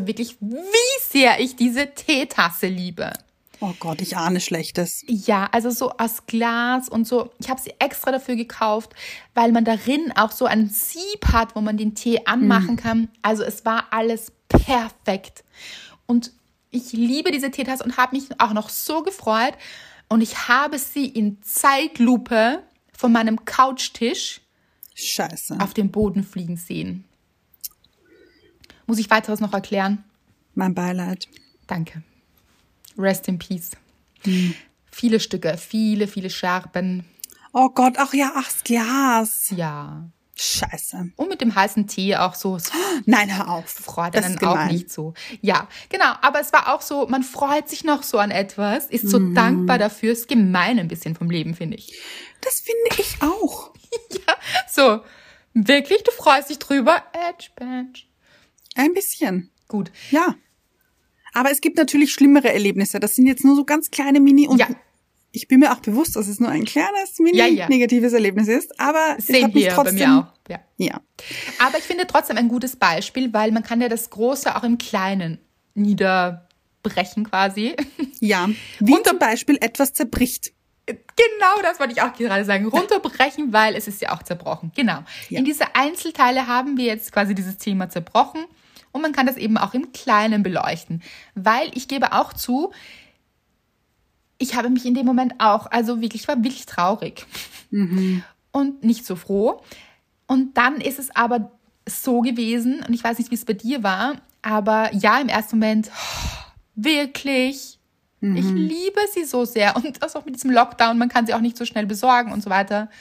diese Teetasse liebe. Oh Gott, ich ahne Schlechtes. Ja, also so aus Glas und so. Ich habe sie extra dafür gekauft, weil man darin auch so einen Sieb hat, wo man den Tee anmachen kann. Also es war alles perfekt. Und ich liebe diese Teetasse und habe mich auch noch so gefreut. Und ich habe sie in Zeitlupe von meinem Couchtisch auf den Boden fliegen sehen. Muss ich weiteres noch erklären? Mein Beileid. Danke. Rest in peace. Viele Stücke, viele Scherben. Oh Gott, ach ja, das Glas. Ja. Scheiße. Und mit dem heißen Tee auch so. Nein, hör auf. Freut einen auch nicht so. Ja, genau. Aber es war auch so, man freut sich noch so an etwas, ist so dankbar dafür, ist gemein ein bisschen vom Leben, finde ich. Das finde ich auch. Ja, so. Wirklich, du freust dich drüber? Edge-Badge. Ein bisschen. Gut. Ja. Aber es gibt natürlich schlimmere Erlebnisse. Das sind jetzt nur so ganz kleine Mini- und ich bin mir auch bewusst, dass es nur ein kleines negatives Erlebnis ist, aber ich habe mich trotzdem bei mir auch. Ja. Aber ich finde trotzdem ein gutes Beispiel, weil man kann ja das Große auch im Kleinen niederbrechen quasi. Ja, wie zum Beispiel etwas zerbricht. Genau, das wollte ich auch gerade sagen. Runterbrechen, weil es ist ja auch zerbrochen. Genau. Ja. In diese Einzelteile haben wir jetzt quasi dieses Thema zerbrochen und man kann das eben auch im Kleinen beleuchten. Weil ich gebe auch zu, ich habe mich in dem Moment auch, also wirklich, ich war wirklich traurig und nicht so froh. Und dann ist es aber so gewesen, und ich weiß nicht, wie es bei dir war, aber ja, im ersten Moment, wirklich, ich liebe sie so sehr. Und das auch mit diesem Lockdown, man kann sie auch nicht so schnell besorgen und so weiter.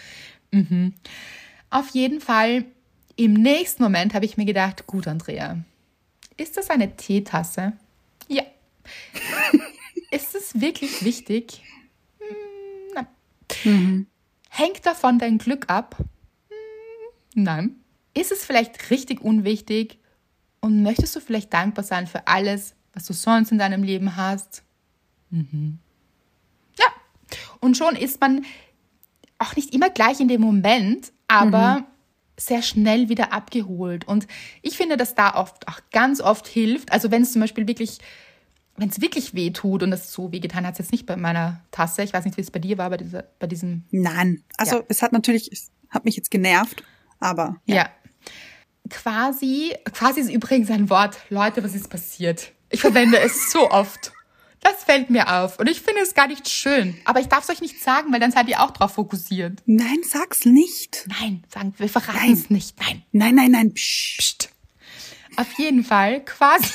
Auf jeden Fall, im nächsten Moment habe ich mir gedacht, gut, Andrea, ist das eine Teetasse? Ja. Ist es wirklich wichtig? Nein. Hängt davon dein Glück ab? Nein. Ist es vielleicht richtig unwichtig? Und möchtest du vielleicht dankbar sein für alles, was du sonst in deinem Leben hast? Ja. Und schon ist man auch nicht immer gleich in dem Moment, aber sehr schnell wieder abgeholt. Und ich finde, dass da auch ganz oft hilft, also wenn es zum Beispiel wirklich, wenn es wirklich weh tut, und das so wehgetan hat es jetzt nicht bei meiner Tasse, ich weiß nicht, wie es bei dir war, bei diesem... Nein, also es hat mich jetzt genervt, aber... Ja. Quasi ist übrigens ein Wort, Leute, was ist passiert? Ich verwende es so oft. Das fällt mir auf. Und ich finde es gar nicht schön. Aber ich darf es euch nicht sagen, weil dann seid ihr auch drauf fokussiert. Nein, sag's nicht. Nein, wir verraten es nicht. Nein. Nein. Psst. Auf jeden Fall quasi.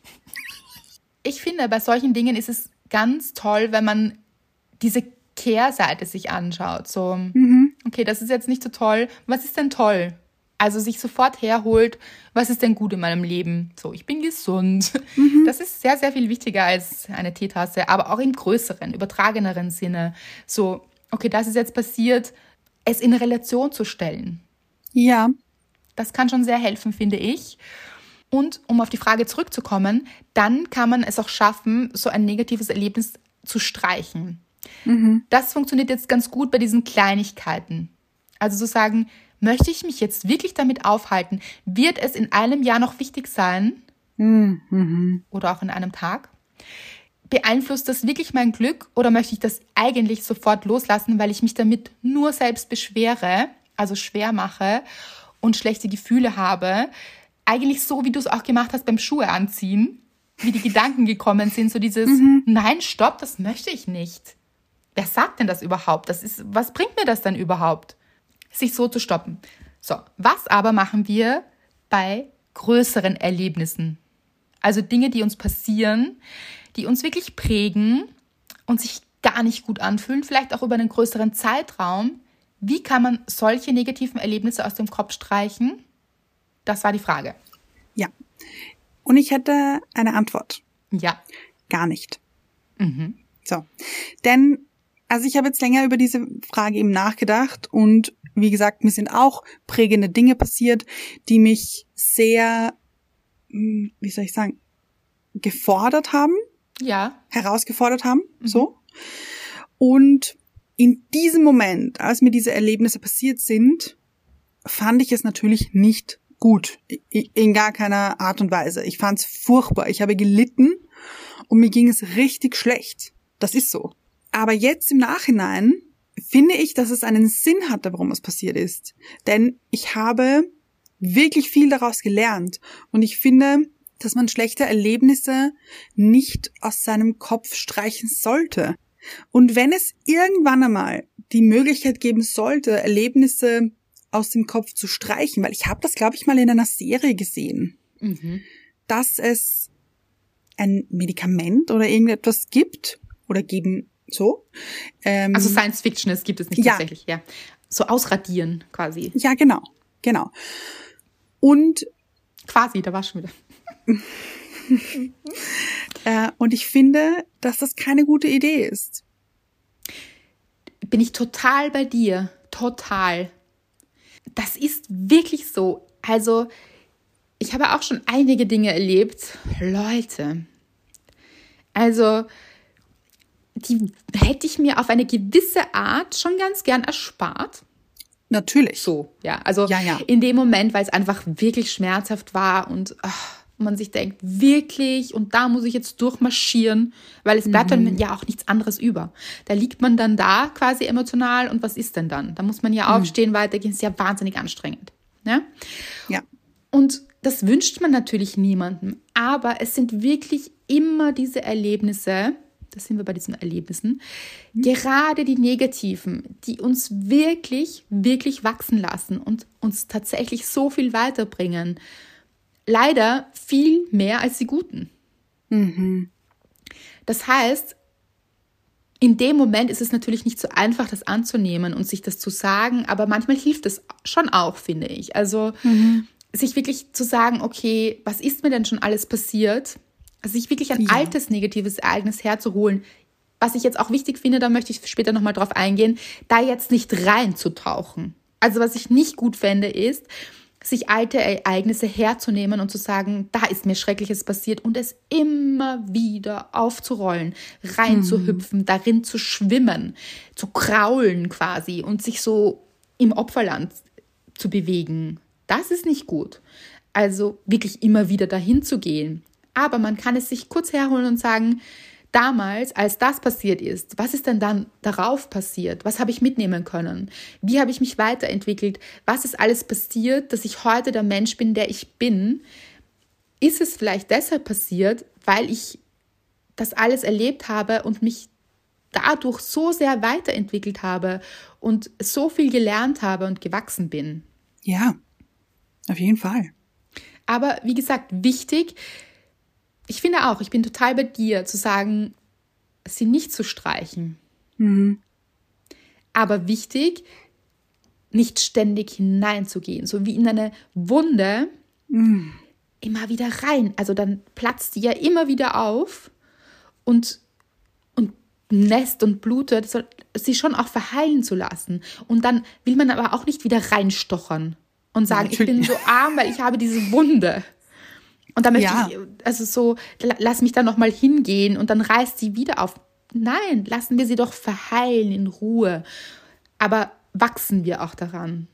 Ich finde, bei solchen Dingen ist es ganz toll, wenn man diese Kehrseite sich anschaut. So, okay, das ist jetzt nicht so toll. Was ist denn toll? Also sich sofort herholt, was ist denn gut in meinem Leben? So, ich bin gesund. Das ist sehr, sehr viel wichtiger als eine Teetasse, aber auch im größeren, übertrageneren Sinne. So, okay, das ist jetzt passiert, es in Relation zu stellen. Ja. Das kann schon sehr helfen, finde ich. Und um auf die Frage zurückzukommen, dann kann man es auch schaffen, so ein negatives Erlebnis zu streichen. Das funktioniert jetzt ganz gut bei diesen Kleinigkeiten. Also zu sagen, möchte ich mich jetzt wirklich damit aufhalten? Wird es in einem Jahr noch wichtig sein? Oder auch in einem Tag? Beeinflusst das wirklich mein Glück oder möchte ich das eigentlich sofort loslassen, weil ich mich damit nur selbst beschwere, also schwer mache und schlechte Gefühle habe? Eigentlich so, wie du es auch gemacht hast beim Schuhe anziehen, wie die Gedanken gekommen sind, so dieses, nein, stopp, das möchte ich nicht. Wer sagt denn das überhaupt? Was bringt mir das denn überhaupt? Sich so zu stoppen. So, was aber machen wir bei größeren Erlebnissen? Also Dinge, die uns passieren, die uns wirklich prägen und sich gar nicht gut anfühlen, vielleicht auch über einen größeren Zeitraum. Wie kann man solche negativen Erlebnisse aus dem Kopf streichen? Das war die Frage. Ja. Und ich hätte eine Antwort. Ja. Gar nicht. So. Denn, also ich habe jetzt länger über diese Frage eben nachgedacht und wie gesagt, mir sind auch prägende Dinge passiert, die mich sehr, wie soll ich sagen, gefordert haben. Ja. Herausgefordert haben, so. Und in diesem Moment, als mir diese Erlebnisse passiert sind, fand ich es natürlich nicht gut. In gar keiner Art und Weise. Ich fand es furchtbar. Ich habe gelitten und mir ging es richtig schlecht. Das ist so. Aber jetzt im Nachhinein finde ich, dass es einen Sinn hatte, warum es passiert ist. Denn ich habe wirklich viel daraus gelernt. Und ich finde, dass man schlechte Erlebnisse nicht aus seinem Kopf streichen sollte. Und wenn es irgendwann einmal die Möglichkeit geben sollte, Erlebnisse aus dem Kopf zu streichen, weil ich habe das, glaube ich, mal in einer Serie gesehen, dass es ein Medikament oder irgendetwas gibt oder geben so. Also Science Fiction, es gibt es nicht tatsächlich, ja. So ausradieren quasi. Ja, genau. Und quasi, da war schon wieder. Und ich finde, dass das keine gute Idee ist. Bin ich total bei dir. Total. Das ist wirklich so. Also, ich habe auch schon einige Dinge erlebt. Leute. Also, die hätte ich mir auf eine gewisse Art schon ganz gern erspart. Natürlich. So, ja. Also ja. In dem Moment, weil es einfach wirklich schmerzhaft war und man sich denkt, wirklich, und da muss ich jetzt durchmarschieren, weil es bleibt dann ja auch nichts anderes über. Da liegt man dann da quasi emotional und was ist denn dann? Da muss man ja aufstehen, weitergehen, ist ja wahnsinnig anstrengend. Ne? Ja. Und das wünscht man natürlich niemandem, aber es sind wirklich immer diese Erlebnisse, da sind wir bei diesen Erlebnissen, gerade die negativen, die uns wirklich, wirklich wachsen lassen und uns tatsächlich so viel weiterbringen. Leider viel mehr als die guten. Das heißt, in dem Moment ist es natürlich nicht so einfach, das anzunehmen und sich das zu sagen, aber manchmal hilft es schon auch, finde ich. Also sich wirklich zu sagen, okay, was ist mir denn schon alles passiert? Also sich wirklich ein altes negatives Ereignis herzuholen. Was ich jetzt auch wichtig finde, da möchte ich später nochmal drauf eingehen, da jetzt nicht reinzutauchen. Also was ich nicht gut fände, ist, sich alte Ereignisse herzunehmen und zu sagen, da ist mir Schreckliches passiert und es immer wieder aufzurollen, reinzuhüpfen, darin zu schwimmen, zu kraulen quasi und sich so im Opferland zu bewegen. Das ist nicht gut. Also wirklich immer wieder dahin zu gehen. Aber man kann es sich kurz herholen und sagen, damals, als das passiert ist, was ist denn dann darauf passiert? Was habe ich mitnehmen können? Wie habe ich mich weiterentwickelt? Was ist alles passiert, dass ich heute der Mensch bin, der ich bin? Ist es vielleicht deshalb passiert, weil ich das alles erlebt habe und mich dadurch so sehr weiterentwickelt habe und so viel gelernt habe und gewachsen bin? Ja, auf jeden Fall. Aber wie gesagt, wichtig, ich finde auch, ich bin total bei dir, zu sagen, sie nicht zu streichen. Aber wichtig, nicht ständig hineinzugehen, so wie in eine Wunde immer wieder rein. Also dann platzt die ja immer wieder auf und nässt und blutet, sie schon auch verheilen zu lassen. Und dann will man aber auch nicht wieder reinstochern und sagen, ich bin so arm, weil ich habe diese Wunde. Und da möchte ich, also so, lass mich da nochmal hingehen und dann reißt sie wieder auf. Nein, lassen wir sie doch verheilen in Ruhe. Aber wachsen wir auch daran.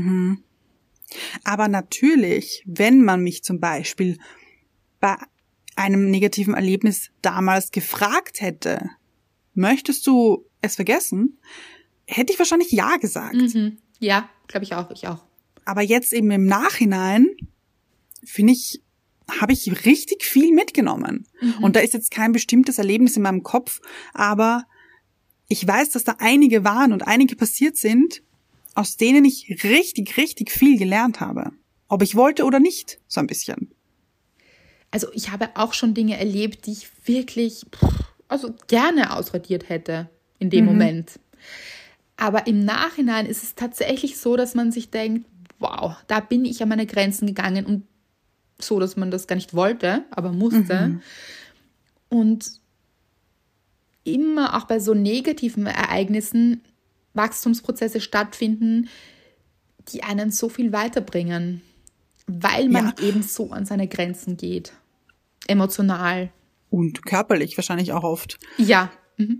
Aber natürlich, wenn man mich zum Beispiel bei einem negativen Erlebnis damals gefragt hätte, möchtest du es vergessen, hätte ich wahrscheinlich ja gesagt. Ja, glaube ich auch, ich auch. Aber jetzt eben im Nachhinein, finde ich, habe ich richtig viel mitgenommen. Und da ist jetzt kein bestimmtes Erlebnis in meinem Kopf, aber ich weiß, dass da einige waren und einige passiert sind, aus denen ich richtig, richtig viel gelernt habe. Ob ich wollte oder nicht, so ein bisschen. Also ich habe auch schon Dinge erlebt, die ich wirklich gerne ausradiert hätte in dem Moment. Aber im Nachhinein ist es tatsächlich so, dass man sich denkt, wow, da bin ich an meine Grenzen gegangen und so, dass man das gar nicht wollte, aber musste. Und immer auch bei so negativen Ereignissen Wachstumsprozesse stattfinden, die einen so viel weiterbringen, weil man eben so an seine Grenzen geht. Emotional. Und körperlich wahrscheinlich auch oft. Ja.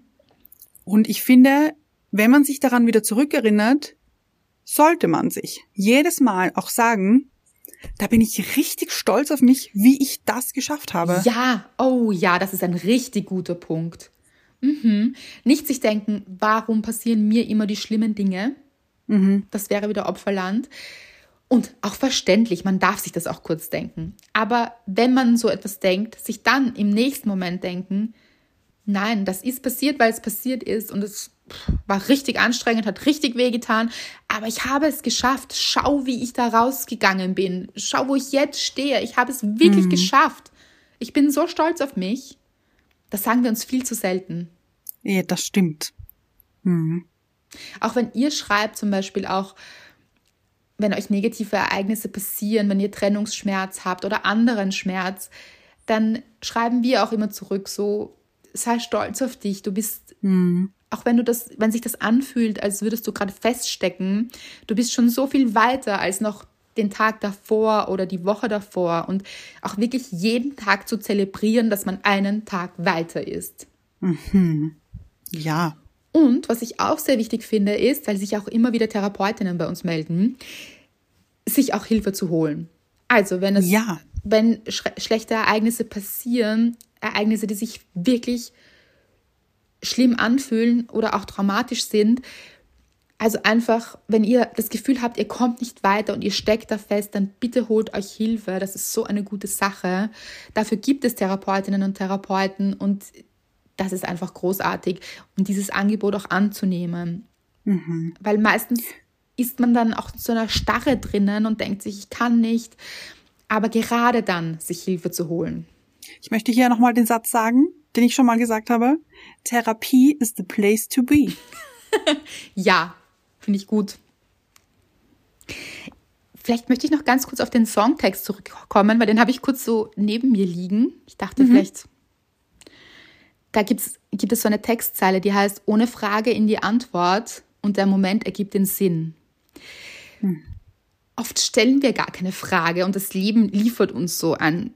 Und ich finde, wenn man sich daran wieder zurückerinnert, sollte man sich jedes Mal auch sagen, da bin ich richtig stolz auf mich, wie ich das geschafft habe. Ja, oh ja, das ist ein richtig guter Punkt. Nicht sich denken, warum passieren mir immer die schlimmen Dinge? Das wäre wieder Opferland. Und auch verständlich, man darf sich das auch kurz denken. Aber wenn man so etwas denkt, sich dann im nächsten Moment denken, nein, das ist passiert, weil es passiert ist und es war richtig anstrengend, hat richtig wehgetan, aber ich habe es geschafft. Schau, wie ich da rausgegangen bin. Schau, wo ich jetzt stehe. Ich habe es wirklich geschafft. Ich bin so stolz auf mich. Das sagen wir uns viel zu selten. Ja, das stimmt. Auch wenn ihr schreibt, zum Beispiel auch, wenn euch negative Ereignisse passieren, wenn ihr Trennungsschmerz habt oder anderen Schmerz, dann schreiben wir auch immer zurück so, sei stolz auf dich. Du bist, auch wenn sich das anfühlt, als würdest du gerade feststecken, du bist schon so viel weiter als noch den Tag davor oder die Woche davor und auch wirklich jeden Tag zu zelebrieren, dass man einen Tag weiter ist. Ja. Und was ich auch sehr wichtig finde, ist, weil sich auch immer wieder Therapeutinnen bei uns melden, sich auch Hilfe zu holen. Also wenn schlechte Ereignisse passieren, Ereignisse, die sich wirklich schlimm anfühlen oder auch traumatisch sind, also einfach, wenn ihr das Gefühl habt, ihr kommt nicht weiter und ihr steckt da fest, dann bitte holt euch Hilfe. Das ist so eine gute Sache. Dafür gibt es Therapeutinnen und Therapeuten und das ist einfach großartig. Und dieses Angebot auch anzunehmen. Weil meistens ist man dann auch in so einer Starre drinnen und denkt sich, ich kann nicht. Aber gerade dann sich Hilfe zu holen. Ich möchte hier nochmal den Satz sagen, den ich schon mal gesagt habe. Therapie is the place to be. Ja, finde ich gut. Vielleicht möchte ich noch ganz kurz auf den Songtext zurückkommen, weil den habe ich kurz so neben mir liegen. Ich dachte vielleicht, da gibt es so eine Textzeile, die heißt, ohne Frage in die Antwort und der Moment ergibt den Sinn. Oft stellen wir gar keine Frage und das Leben liefert uns so ein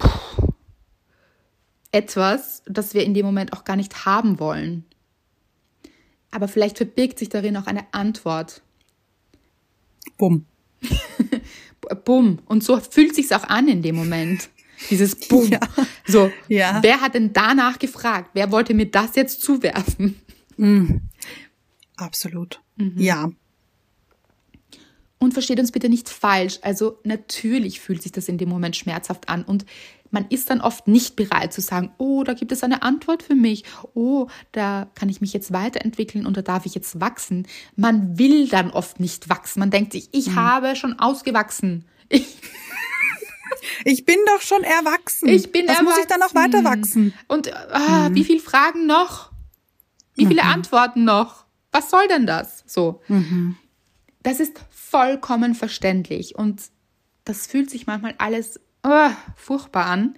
etwas, das wir in dem Moment auch gar nicht haben wollen. Aber vielleicht verbirgt sich darin auch eine Antwort. Bumm. Bumm. Und so fühlt sich's auch an in dem Moment. Dieses Bumm. Ja. So, ja. Wer hat denn danach gefragt? Wer wollte mir das jetzt zuwerfen? Absolut. Ja. Und versteht uns bitte nicht falsch. Also natürlich fühlt sich das in dem Moment schmerzhaft an. Und man ist dann oft nicht bereit zu sagen, oh, da gibt es eine Antwort für mich. Oh, da kann ich mich jetzt weiterentwickeln und da darf ich jetzt wachsen. Man will dann oft nicht wachsen. Man denkt sich, ich habe schon ausgewachsen. Ich bin doch schon erwachsen. Ich bin erwachsen. Muss ich dann noch weiter wachsen? Und wie viele Fragen noch? Wie viele Antworten noch? Was soll denn das? So. Das ist vollkommen verständlich und das fühlt sich manchmal alles furchtbar an.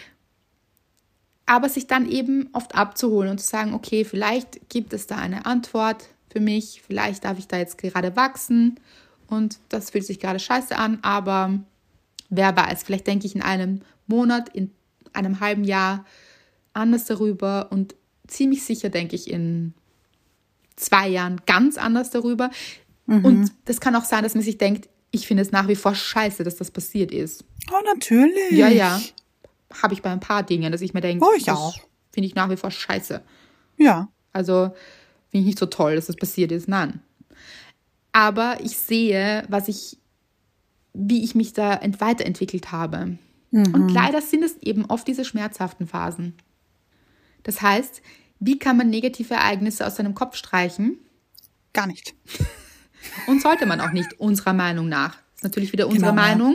Aber sich dann eben oft abzuholen und zu sagen, okay, vielleicht gibt es da eine Antwort für mich, vielleicht darf ich da jetzt gerade wachsen und das fühlt sich gerade scheiße an, aber wer weiß, vielleicht denke ich in einem Monat, in einem halben Jahr anders darüber und ziemlich sicher denke ich in 2 Jahren ganz anders darüber. Und das kann auch sein, dass man sich denkt, ich finde es nach wie vor scheiße, dass das passiert ist. Oh, natürlich. Ja. Habe ich bei ein paar Dingen, dass ich mir denke, das finde ich nach wie vor scheiße. Ja. Also finde ich nicht so toll, dass das passiert ist. Nein. Aber ich sehe, wie ich mich da weiterentwickelt habe. Und leider sind es eben oft diese schmerzhaften Phasen. Das heißt, wie kann man negative Ereignisse aus seinem Kopf streichen? Gar nicht. Und sollte man auch nicht, unserer Meinung nach. Das ist natürlich wieder unsere Meinung.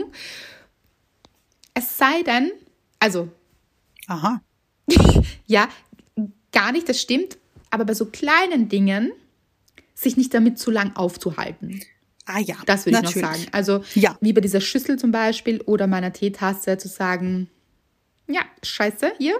Es sei denn, also. Aha. Ja, gar nicht, das stimmt. Aber bei so kleinen Dingen sich nicht damit zu lang aufzuhalten. Ah ja, das würde ich noch sagen. Also wie bei dieser Schüssel zum Beispiel oder meiner Teetasse zu sagen, ja, scheiße, hier.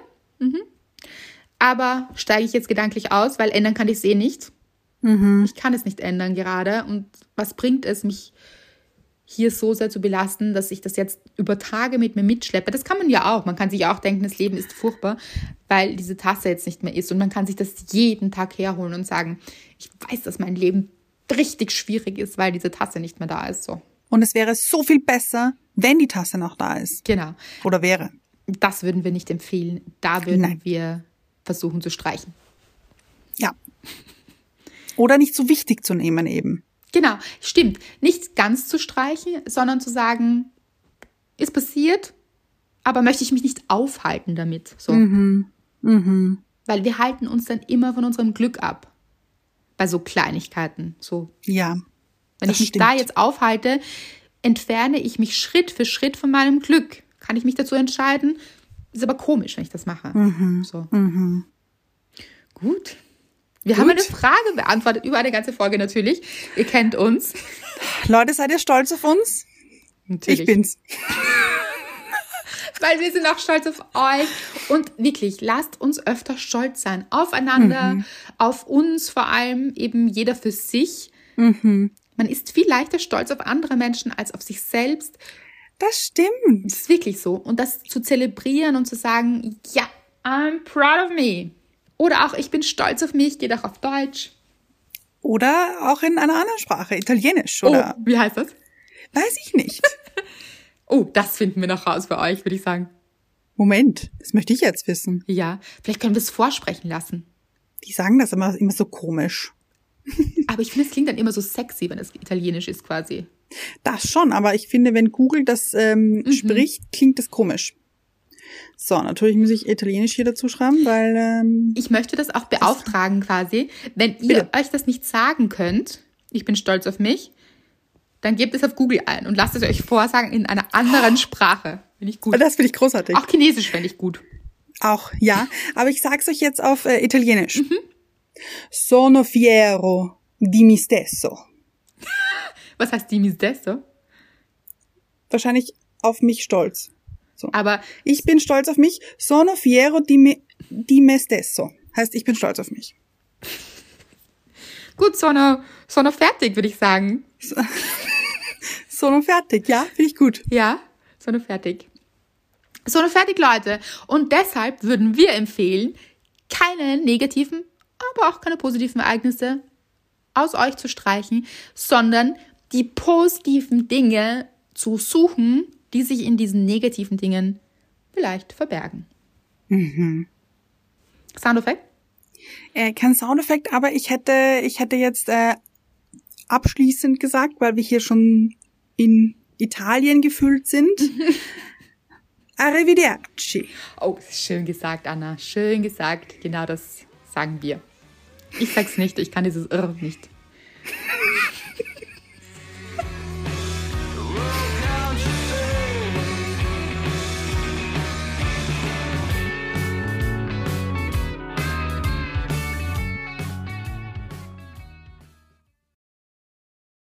Aber steige ich jetzt gedanklich aus, weil ändern kann ich es eh nicht. Ich kann es nicht ändern gerade. Und was bringt es, mich hier so sehr zu belasten, dass ich das jetzt über Tage mit mir mitschleppe? Das kann man ja auch. Man kann sich auch denken, das Leben ist furchtbar, weil diese Tasse jetzt nicht mehr ist. Und man kann sich das jeden Tag herholen und sagen, ich weiß, dass mein Leben richtig schwierig ist, weil diese Tasse nicht mehr da ist. So. Und es wäre so viel besser, wenn die Tasse noch da ist. Genau. Oder wäre. Das würden wir nicht empfehlen. Da würden wir versuchen zu streichen. Ja. Oder nicht so wichtig zu nehmen eben. Genau, stimmt. Nicht ganz zu streichen, sondern zu sagen, ist passiert, aber möchte ich mich nicht aufhalten damit. So. Weil wir halten uns dann immer von unserem Glück ab. Bei so Kleinigkeiten. So. Ja. Wenn ich mich da jetzt aufhalte, entferne ich mich Schritt für Schritt von meinem Glück. Kann ich mich dazu entscheiden? Ist aber komisch, wenn ich das mache. So. Gut. Wir haben eine Frage beantwortet, über eine ganze Folge natürlich. Ihr kennt uns. Leute, seid ihr stolz auf uns? Natürlich. Ich bin's. Weil wir sind auch stolz auf euch. Und wirklich, lasst uns öfter stolz sein. Aufeinander, auf uns vor allem, eben jeder für sich. Man ist viel leichter stolz auf andere Menschen als auf sich selbst. Das stimmt. Das ist wirklich so. Und das zu zelebrieren und zu sagen, ja, I'm proud of me. Oder auch, ich bin stolz auf mich, geht auch auf Deutsch. Oder auch in einer anderen Sprache, Italienisch, oder? Oh, wie heißt das? Weiß ich nicht. Oh, das finden wir noch raus für euch, würde ich sagen. Moment, das möchte ich jetzt wissen. Ja, vielleicht können wir es vorsprechen lassen. Die sagen das immer so komisch. Aber ich finde, es klingt dann immer so sexy, wenn es Italienisch ist quasi. Das schon, aber ich finde, wenn Google das spricht, klingt das komisch. So, natürlich muss ich Italienisch hier dazu schreiben, weil ich möchte das auch beauftragen quasi. Wenn ihr euch das nicht sagen könnt, ich bin stolz auf mich, dann gebt es auf Google ein und lasst es euch vorsagen in einer anderen Sprache. Finde ich gut. Das finde ich großartig. Auch Chinesisch fände ich gut. Auch, ja. Aber ich sag's euch jetzt auf Italienisch. Sono fiero di me stesso. Was heißt di me stesso? Wahrscheinlich auf mich stolz. So. Aber ich bin stolz auf mich. Sono fiero di me stesso. Heißt, ich bin stolz auf mich. Gut, sono fertig, würde ich sagen. Sono fertig, ja, finde ich gut. Ja, sono fertig. Sono fertig, Leute. Und deshalb würden wir empfehlen, keine negativen, aber auch keine positiven Ereignisse aus euch zu streichen, sondern die positiven Dinge zu suchen, die sich in diesen negativen Dingen vielleicht verbergen. Soundeffekt? Kein Soundeffekt, aber ich hätte jetzt abschließend gesagt, weil wir hier schon in Italien gefühlt sind. Arrivederci. Oh, schön gesagt, Anna. Schön gesagt. Genau das sagen wir. Ich sag's nicht. Ich kann dieses nicht.